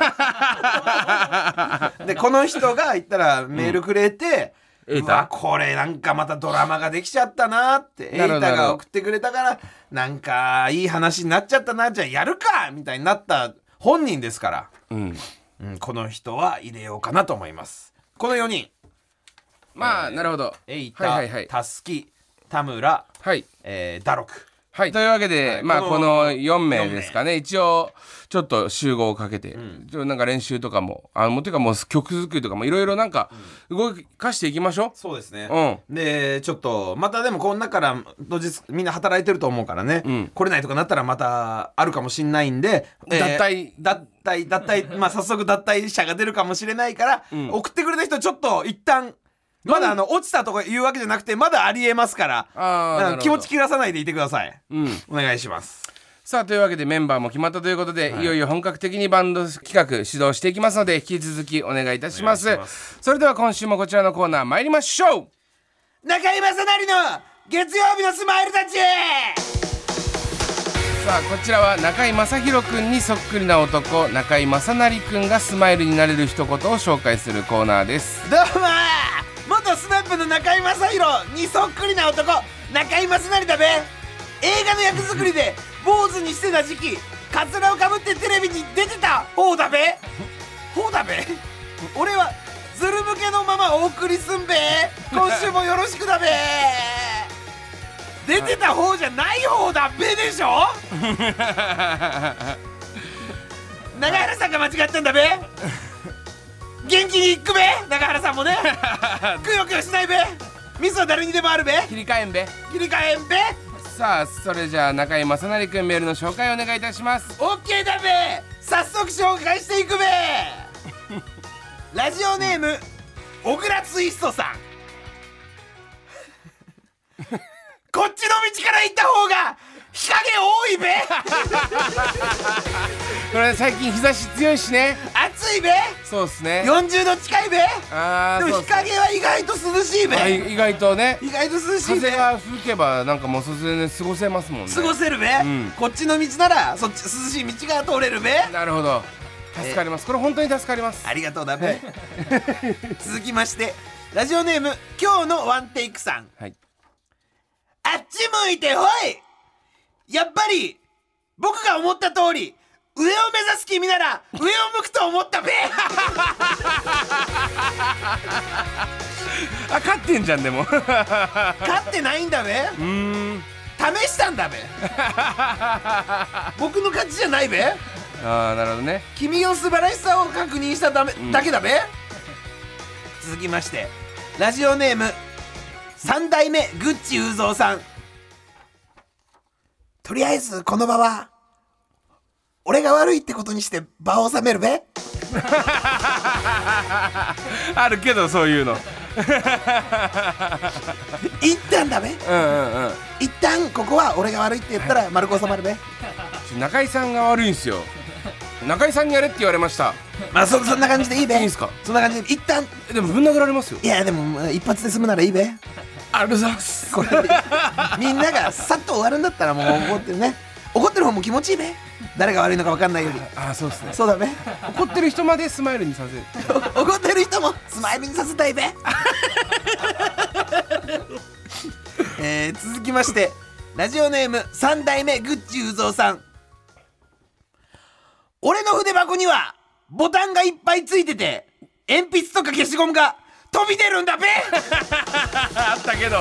よでこの人が言ったらメールくれて、これなんかまたドラマができちゃったなってエイタが送ってくれたから、なんかいい話になっちゃったな、じゃあやるかみたいになった本人ですから、この人は入れようかなと思います。この4人、
なるほど。
エイタ、たすき、田村、ダロク。
はい、というわけで、この4名ですかね。一応ちょっと集合をかけて、なんか練習とかももうていうかもう曲作りとかもいろいろなんか動かしていきましょう。
そうですね、でちょっとまたでもこの中から当日みんな働いてると思うからね、来れないとかなったらまたあるかもしんないんで、
脱退
早速脱退者が出るかもしれないから、送ってくれた人ちょっと一旦まだ落ちたとか言うわけじゃなくてまだありえますから、気持ち切らさないでいてください、お願いします。
さあというわけでメンバーも決まったということで、いよいよ本格的にバンド企画始動していきますので、引き続きお願いいたします。それでは今週もこちらのコーナー参りましょう。
中居正成の月曜日のスマイルたち。
さあこちらは中居正広くんにそっくりな男、中居正成くんがスマイルになれる一言を紹介するコーナーです。
どうも元スナップの中居正広にそっくりな男、中居正成だべ。映画の役作りで坊主にしてた時期、カツラをかぶってテレビに出てた方だべ。俺はズル向けのままお送りすんべ。今週もよろしくだべ。出てた方じゃない方だべでしょ永原さんが間違ったんだべ。元気にいくべ、中原さんもねくよくよしないべ。ミスは誰にでもあるべ。
切り替えんべ。
さあ
それじゃあ中居正成くんメールの紹介をお願いいたします。
オッケーだべ。 早速紹介していくべラジオネーム小倉ツイストさんこっちの道から行った方が日陰多いべ
これ最近日差し強いしね。
暑いべ
そうですね。
40度近いべ
あー、
でも日陰は意外と涼しいべ
意外とね、
意外と涼しいべ
風が吹けばなんかもう全然過ごせますもんね。
過ごせるべ、
ん
こっちの道ならそっち涼しい道が通れるべ
なるほど、助かります。これ本当に助かります。
ありがとうだべ続きましてラジオネーム今日のワンテイクさん、
はい、
あっち向いてほいやっぱり僕が思った通り上を目指す君なら上を向くと思ったべ
あ、勝ってんじゃん。でも
勝ってないんだべ試したんだべ僕の勝ちじゃないべ
あー、なるほどね。
君の素晴らしさを確認しただけだべ、続きましてラジオネーム3代目グッチ雄三さん、とりあえずこの場は俺が悪いってことにして場を収めるべ
あるけどそういうの
一旦だべ
うん
一旦ここは俺が悪いって言ったら丸く収まるべ
中井さんが悪いんすよ。中井さんにやれって言われました。
まあそんな感じでいいべ。
いいんすか？
そんな感じで一旦。
でもぶん殴られますよ。
いやでも一発で済むならいいべ。
ありがとうございます。
これみんながさっと終わるんだったらもう怒ってるね、怒ってる方も気持ちいいべ。誰が悪いのか分かんないより。
ああ、そうですね。
そうだべ。
怒ってる人までスマイルにさせる
怒ってる人もスマイルにさせたいべ続きましてラジオネーム3代目グッチ雄三さん、俺の筆箱にはボタンがいっぱいついてて鉛筆とか消しゴムが飛び出るんだべ
あったけど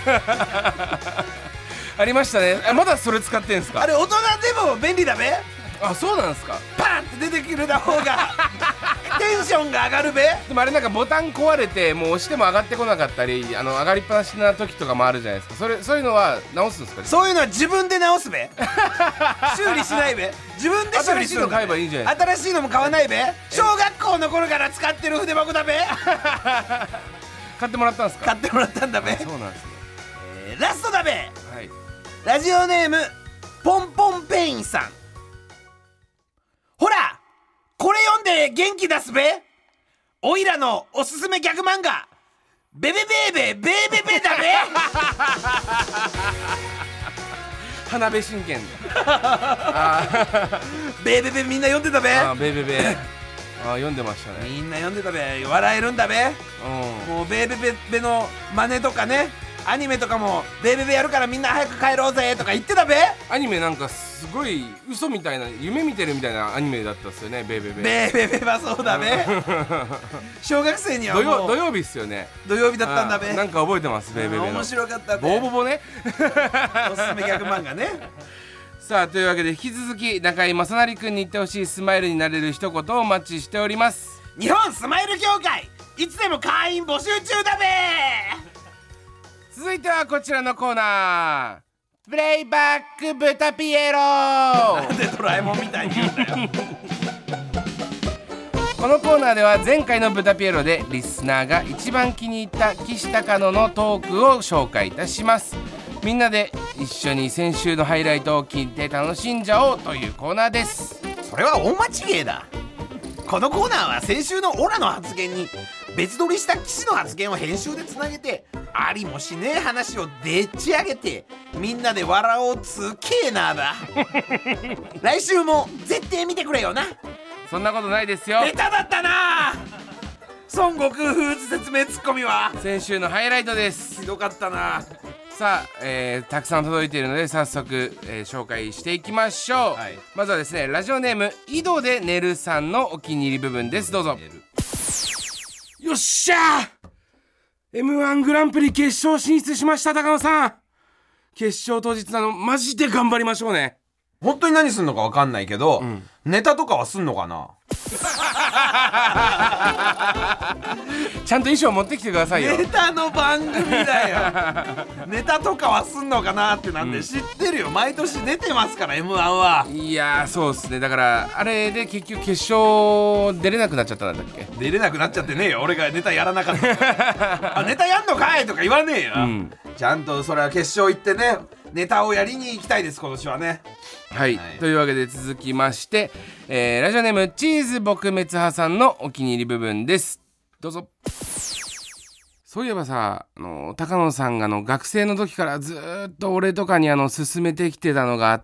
ありましたね。まだそれ使ってんすか？
あれ大人でも便利だべ。
あ、そうなんですか。
パーンって出てくる方がテンションが上がるべ。
でもあれなんかボタン壊れてもう押しても上がってこなかったり、上がりっぱなしな時とかもあるじゃないですか。そういうのは直すんですか？
そういうのは自分で直すべ修理しないべ。自分で修理する
新しいの買えばいいんじゃないです
新しいのも買わないべ。小学校の頃から使ってる筆箱だべ
か？買ってもらったんですか？
買ってもらったんだべ。
そうなんですね。
ラストだべ。
はい。
ラジオネームポンポンペインさん、ほらこれ読んで元気出すべ。おいらのおすすめギャグ漫画ベベベーベベーベベだべ
花火真剣
ベーベベみんな読んでたべ。
ベベベ読んでましたね。
みんな読んでたべ。笑えるんだべ。もうベーベベベの真似とかね、アニメとかもベーベベやるからみんな早く帰ろうぜとか言ってたべ。
アニメなんかすごい嘘みたいな、夢見てるみたいなアニメだったっすよね、ベーベベ。
ベーベベはそうだべ小学生にはもう
土曜日っすよね。
土曜日だったんだべ。
なんか覚えてます、ベーベベの。
面白かったべ。
ボーボボね
おすすめギャグ漫画ね
さあ、というわけで引き続き中井正成君に言ってほしいスマイルになれる一言をお待ちしております。
日本スマイル協会いつでも会員募集中だべ。
続いてはこちらのコーナー、プレイバックブタピエロ
なんでドラえもんみたいに言うんだよ
このコーナーでは前回のブタピエロでリスナーが一番気に入った岸高野のトークを紹介いたします。みんなで一緒に先週のハイライトを聞いて楽しんじゃおうというコーナーです。
それは大間違いだ。このコーナーは先週のオラの発言に別撮りした岸の発言を編集でつなげて、ありもしねえ話をでっち上げてみんなで笑おうつけーなーだ来週も絶対見てくれよな。
そんなことないですよ。
下手だったな。孫悟空風説明ツッコミは
先週のハイライトです。
ひどかったな。
さあ、たくさん届いているので早速、紹介していきましょう、
はい、
まずはですね、ラジオネーム井戸で寝るさんのお気に入り部分です。どうぞ。よっしゃー、 M1 グランプリ決勝進出しました。高野さん、決勝当日なの、マジで頑張りましょうね。
本当に何すんのか分かんないけど、ネタとかはすんのかな。
ちゃんと衣装持ってきてくださいよ。
ネタの番組だよネタとかはすんのかなってなんで、知ってるよ、毎年出てますから M1 は。
いやーそうっすね。だからあれで結局決勝出れなくなっちゃったんだっけ。
出れなくなっちゃってねえよ、俺がネタやらなかったあネタやんのかいとか言わねえよ、ちゃんとそれは決勝行ってね、ネタをやりに行きたいです今年はね。
はい、というわけで続きまして、ラジオネームチーズ撲滅派さんのお気に入り部分です。どうぞ。そういえばさ、高野さんが学生の時からずっと俺とかに勧めてきてたのがあって、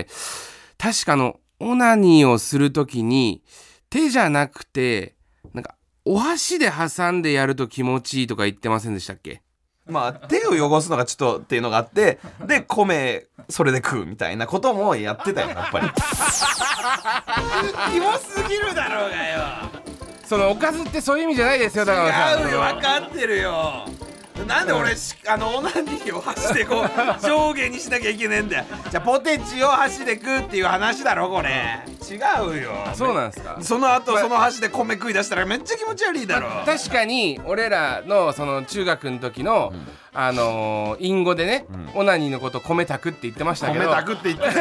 確かオナニーをする時に手じゃなくてなんかお箸で挟んでやると気持ちいいとか言ってませんでしたっけ。
まあ手を汚すのがちょっとっていうのがあって、で米それで食うみたいなこともやってたよやっぱりキモすぎるだろうがよ。
そのおかずってそういう意味じゃないですよ高野さん。
違うよ、分かってるよ。なんで俺オナニーを箸でこう上下にしなきゃいけねえんだよ。じゃあポテチを箸で食うっていう話だろこれ。違うよ。
そうなんですか。
その後その箸で米食い出したらめっちゃ気持ち悪いだろ。
確かに俺らのその中学の時の、隠語でね、オナニーのこと米炊くって言ってましたけど、
米炊くって言って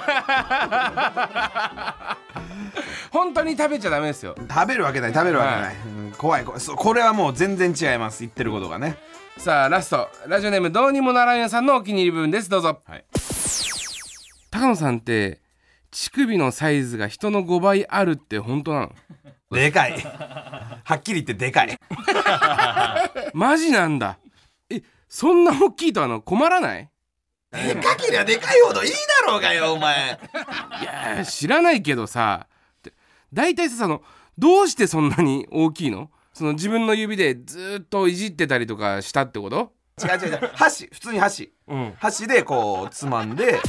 本当に食べちゃダメですよ。
食べるわけない、怖い、怖い。これはもう全然違います、言ってることがね。
さあラスト、ラジオネームどうにもならんやさんのお気に入り部分です。どうぞ。はい、高野さんって乳首のサイズが人の5倍あるって本当なの？
でかいはっきり言ってでかい
マジなんだ。そんな大きいと困らない？
でかけりゃでかいほどいいだろうがよお前
いや知らないけどさ、だいたいさどうしてそんなに大きいの？自分の指でずっといじってたりとかしたってこと？
違う箸、普通に箸、箸でこうつまんで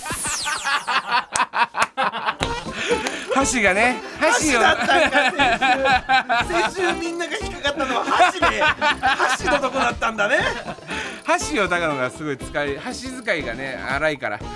箸がね、
箸だったんか。先週みんなが引っかかったのは箸のとこだったんだね。
箸を高野がすごい箸使いがね荒いから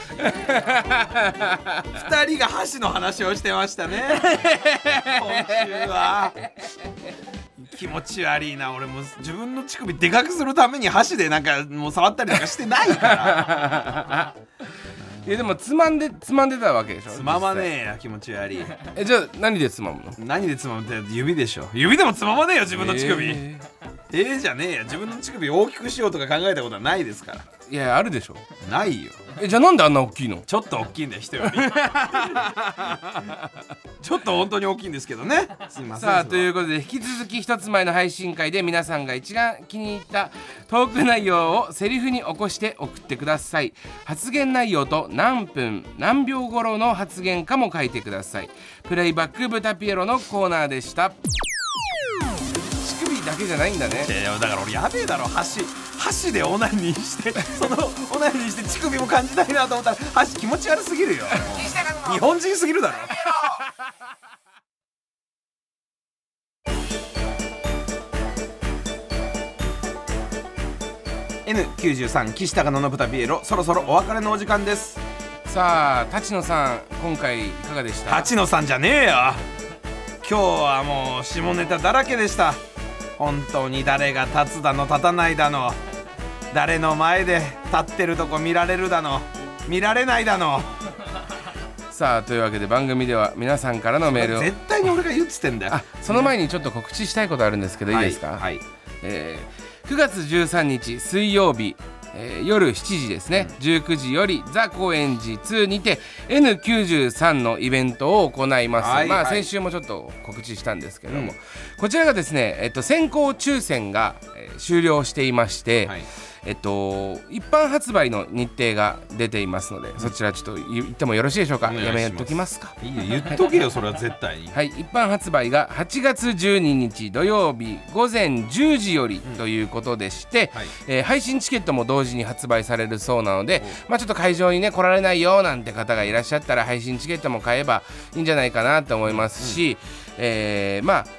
2人が箸の話をしてましたね今週は。気持ち悪いな。俺も自分の乳首でかくするために箸でなんかもう触ったりなんかしてないから
いやでもつまんでたわけでしょ。
つままねえや、気持ち悪い。
じゃあ何でつまむの？
何でつまむって指でしょ。指でもつままねえよ自分の乳首。じゃねえや。自分の乳首を大きくしようとか考えたことはないですから。
いやあるでしょ。
ないよ。
じゃあなんであんな大きいの？
ちょっと大きいんだよ人よりちょっと本当に大きいんですけどね。すいません。
さあということで引き続き一つ前の配信会で皆さんが一番気に入ったトーク内容をセリフに起こして送ってください。発言内容と何分何秒頃の発言かも書いてください。プレイバックブタピエロのコーナーでした。乳首だけじゃないんだね。
だから俺やべえだろ。箸でオナニーしてそのオナニーして乳首も感じたいなと思ったら箸気持ち悪すぎるよ。日本人すぎるだろN93 岸高野の豚ピエロ、そろそろお別れのお時間です。
さあ立野さん今回いかがでした？
立野さんじゃねえよ。今日はもう下ネタだらけでした。本当に誰が立つだの立たないだの、誰の前で立ってるとこ見られるだの見られないだの。
さあというわけで番組では皆さんからのメールを。
絶対に俺が言ってんだよ。
その前にちょっと告知したいことあるんですけど、いいですか？
はい、
9月13日水曜日、夜7時ですね、19時よりザ・高円寺2にて N93 のイベントを行います。先週もちょっと告知したんですけども、こちらがですね、先行抽選が、終了していまして、一般発売の日程が出ていますので、そちらちょっと言ってもよろしいでしょうか？やめときますか？
いいよ言っとけよそれは絶対に。
はい、一般発売が8月12日土曜日午前10時よりということでして、配信チケットも同時に発売されるそうなので、ちょっと会場にね来られないよなんて方がいらっしゃったら配信チケットも買えばいいんじゃないかなと思いますし、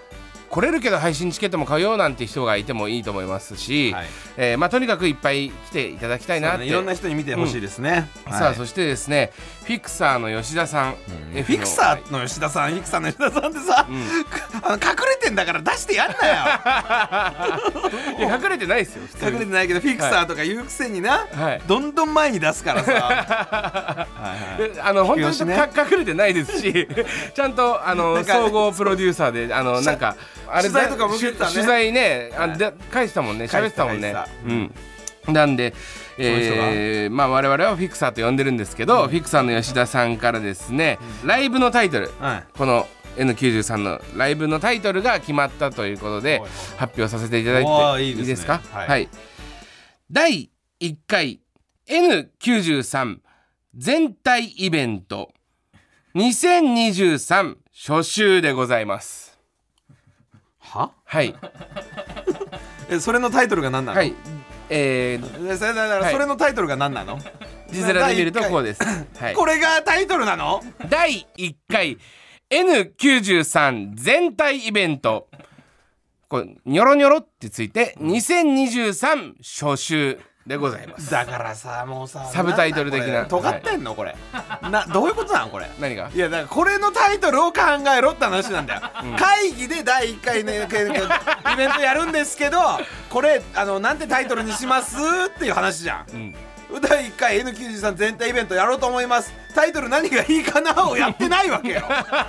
来れるけど配信チケットも買うよなんて人がいてもいいと思いますし、まあとにかくいっぱい来ていただきたいなって、
いろんな人に見てほしいですね。
さあそしてですね、フィクサーの吉田さん、
フィクサーの吉田さんってさ、隠れてんだから出してやんなよ。
いや隠れてないですよ、普通に
隠れてないけどフィクサーとか言うくせにな、どんどん前に出すからさ。
本当に隠れてないですし、ちゃんと総合プロデューサーでなんかあれ
取材とかも受けたね。
取材ね、返したもんね、喋ってたもんね。なんで、まあ我々はフィクサーと呼んでるんですけど、フィクサーの吉田さんからですね、ライブのタイトル、この N93 のライブのタイトルが決まったということで発表させていただいていいですか。はい。第1回 N93 全体イベント2023初週でございます。
は？
はい。
それのタイトルが何なの？はい。それのタイトルが何なの？
字面で見るとこうです。はい。
これがタイトルなの？
第1回 N93 全体イベント、これニョロニョロってついて2023初週でございます。
だからさ、もうさ、
サブタイトル的な
尖ってんのこれ。どういうことなのこれ？
何が？
いやだからこれのタイトルを考えろって話なんだよ。会議で第1回ねイベントやるんですけど、これなんてタイトルにしますっていう話じゃん。第1回 N93 全体イベントやろうと思います。タイトル何がいいかなをやってないわけよ。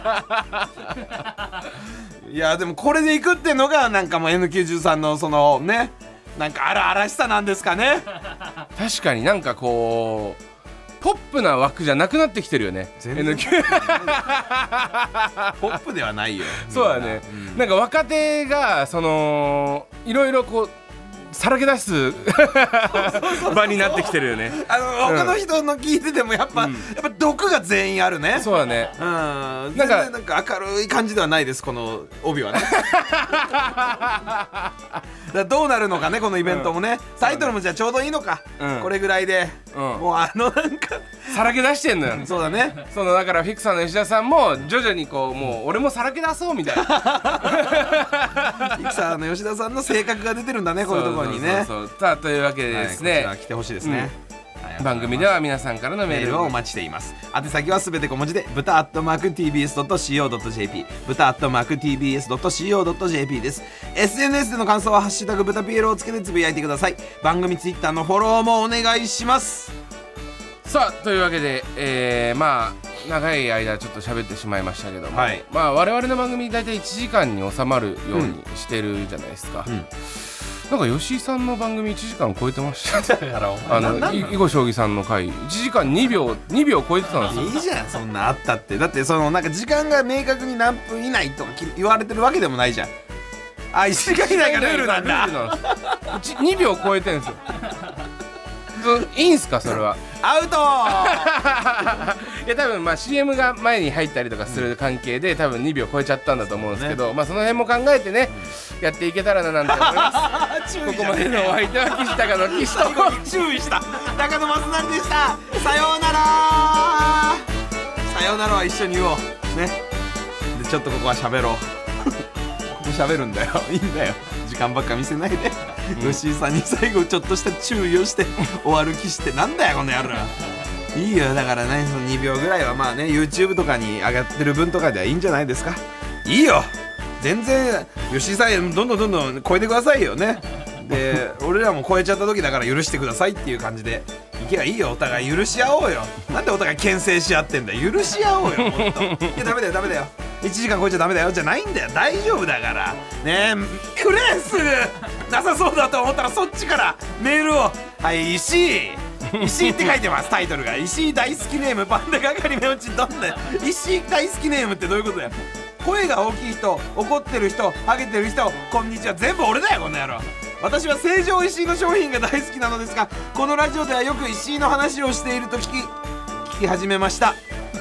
いやでもこれでいくってのがなんかもう N93 のそのね、なんか荒々しさなんですかね。
確かになんかこうポップな枠じゃなくなってきてるよね。
N93 ポップではないよ。
そうだね、なんか若手がそのいろいろこうさらけ出す場になってきてるよね。
他の人の聞いててもやっぱ毒が全員あるね。
そうだね。
全然なんか明るい感じではないです、この帯はね。だどうなるのかね、このイベントもね。タイトルもじゃあちょうどいいのか、これぐらいで。もうなんか
さらけ出してんのよ。
そうだね。
だからフィクサーの吉田さんも徐々にこう、もう俺もさらけ出そうみたいな。フ
ィクサーの吉田さんの性格が出てるんだね、こういうところにね。
さあというわけでですね、
こちら来てほしいですね。
番組では皆さんからのメール
をお待ちしています。宛先はすべて小文字で豚@tbs.co.jp 豚@tbs.co.jp です。 SNS での感想はハッシュタグ豚ピエロをつけてつぶやいてください。番組ツイッターのフォローもお願いします。
さあというわけで、まあ長い間ちょっと喋ってしまいましたけども、まあ我々の番組大体1時間に収まるようにしてるじゃないですか。なんか吉井さんの番組1時間超えてました。だから囲碁将棋さんの回1時間2秒超えてたんですよ。
いいじゃんそんなあったって。だってそのなんか時間が明確に何分以内とか言われてるわけでもないじゃん。1時間以内がルールなんだ。
2秒超えてるんですよ。いいんすかそれは。
アウト
いや多分まあ CM が前に入ったりとかする関係で多分2秒超えちゃったんだと思うんですけど、まあその辺も考えてねやっていけたらななんて思います。ここまでのお相手は岸高の岸と
注意した高野松成でした。さようなら。さようならは一緒に言おうね。でちょっとここは喋ろう。ここ喋るんだよ。いいんだよ、時間ばっか見せないで。吉井さんに最後ちょっとした注意をして終わる気してなんだよこの野郎。いいよ、だからねその2秒ぐらいはまあね YouTube とかに上がってる分とかではいいんじゃないですか。いいよ全然。吉井さんどんどん超えてくださいよね。で俺らも超えちゃった時だから許してくださいっていう感じでいけばいいよ。お互い許し合おうよ。なんでお互い牽制し合ってんだよ。許し合おうよもっと。いやダメだよ1時間超えちゃダメだよじゃないんだよ。大丈夫だからね。くれすぐなさそうだと思ったらそっちからメールを。はい石井って書いてます。タイトルが石井大好きネームパンダ係目落ちどんな石井大好きネームってどういうことだよ。声が大きい人、怒ってる人、ハゲてる人、こんにちは全部俺だよこの野郎。私は成城石井の商品が大好きなのですが、このラジオではよく石井の話をしていると聞き始めました。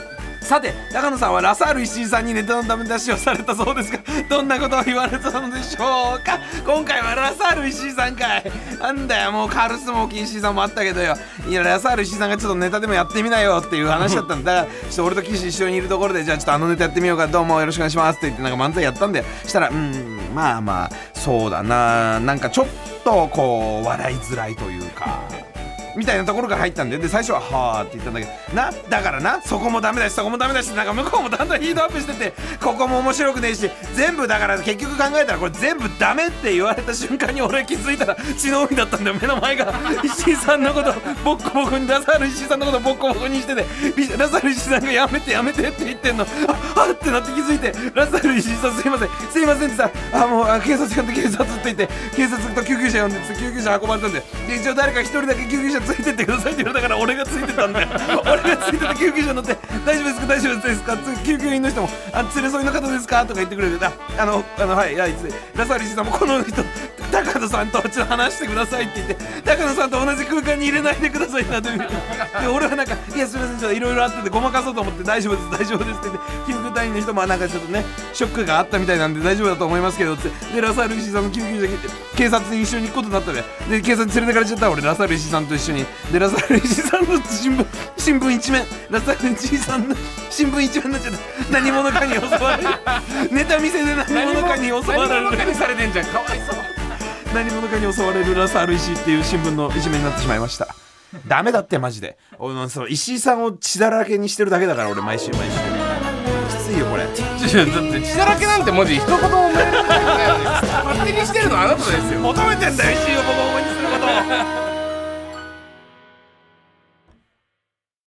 さて高野さんはラサール石井さんにネタのダメ出しをされたそうですが、どんなことを言われたのでしょうか。今回はラサール石井さんかい。なんだよ、もうカルスモーキー石井さんもあったけどよ、いやラサール石井さんがちょっとネタでもやってみなよっていう話だったんだ。だからちょっと俺と岸一緒にいるところで、じゃあちょっとあのネタやってみようか、どうもよろしくお願いしますって言ってなんか漫才やったんだよ。したらまあまあそうだな、なんかちょっとこう笑いづらいというかみたいなところから入ったんで、最初ははーって言ったんだけどな、だからな、そこもダメだしそこもダメだし、なんか向こうもだんだんヒートアップしてて、ここも面白くねえし、全部だから結局考えたらこれ全部ダメって言われた瞬間に俺気づいたら血の海だったんだよ。目の前が石井さんのことボッコボコに、ラサール石井さんのことボッコボコにしてて、ラサール石井さんがやめてやめてって言ってんの、あってなって気づいて、ラサール石井さんすいませんすいませんってさ、もう警察呼んで警察って言って、警察と救急車呼んで救急車運ばれたんで、一応誰か一人だけ救急車ついてってくださいって言われたから俺がついてたんだよ。俺がついてた救急車乗って、大丈夫ですか大丈夫ですか、救急員の人も連れ添いの方ですかとか言ってくれる。はいあいつラサール石井さんもこの人高野さんとちょっと話してくださいって言って、高野さんと同じ空間に入れないでくださいってなって、で俺はなんかいやすみませんちょっといろいろあっててごまかそうと思って、大丈夫です大丈夫ですって言って、救急隊員の人もなんかちょっとねショックがあったみたいなんで大丈夫だと思いますけどって、でラサール石井さんの救急車警察に一緒に行くことになったで、で警察に連れてかれちゃった俺ラサール石井さんと一緒に、でラサール石井さんの新聞一面、ラサール石井さんの新聞一面になっちゃった。何者かに襲われるネタ見せで何者かに襲われる、
何者かにされてんじゃん、かわいそう。
何者かに襲われるラサール石井っていう新聞の一面になってしまいました。ダメだってマジで。俺のその石井さんを血だらけにしてるだけだから俺毎週きついよこれ。
だって血だらけなんて文字一言も生まれない。勝手にしてるのあなたですよ。
求めてんだよ石井をボコボコにすることを。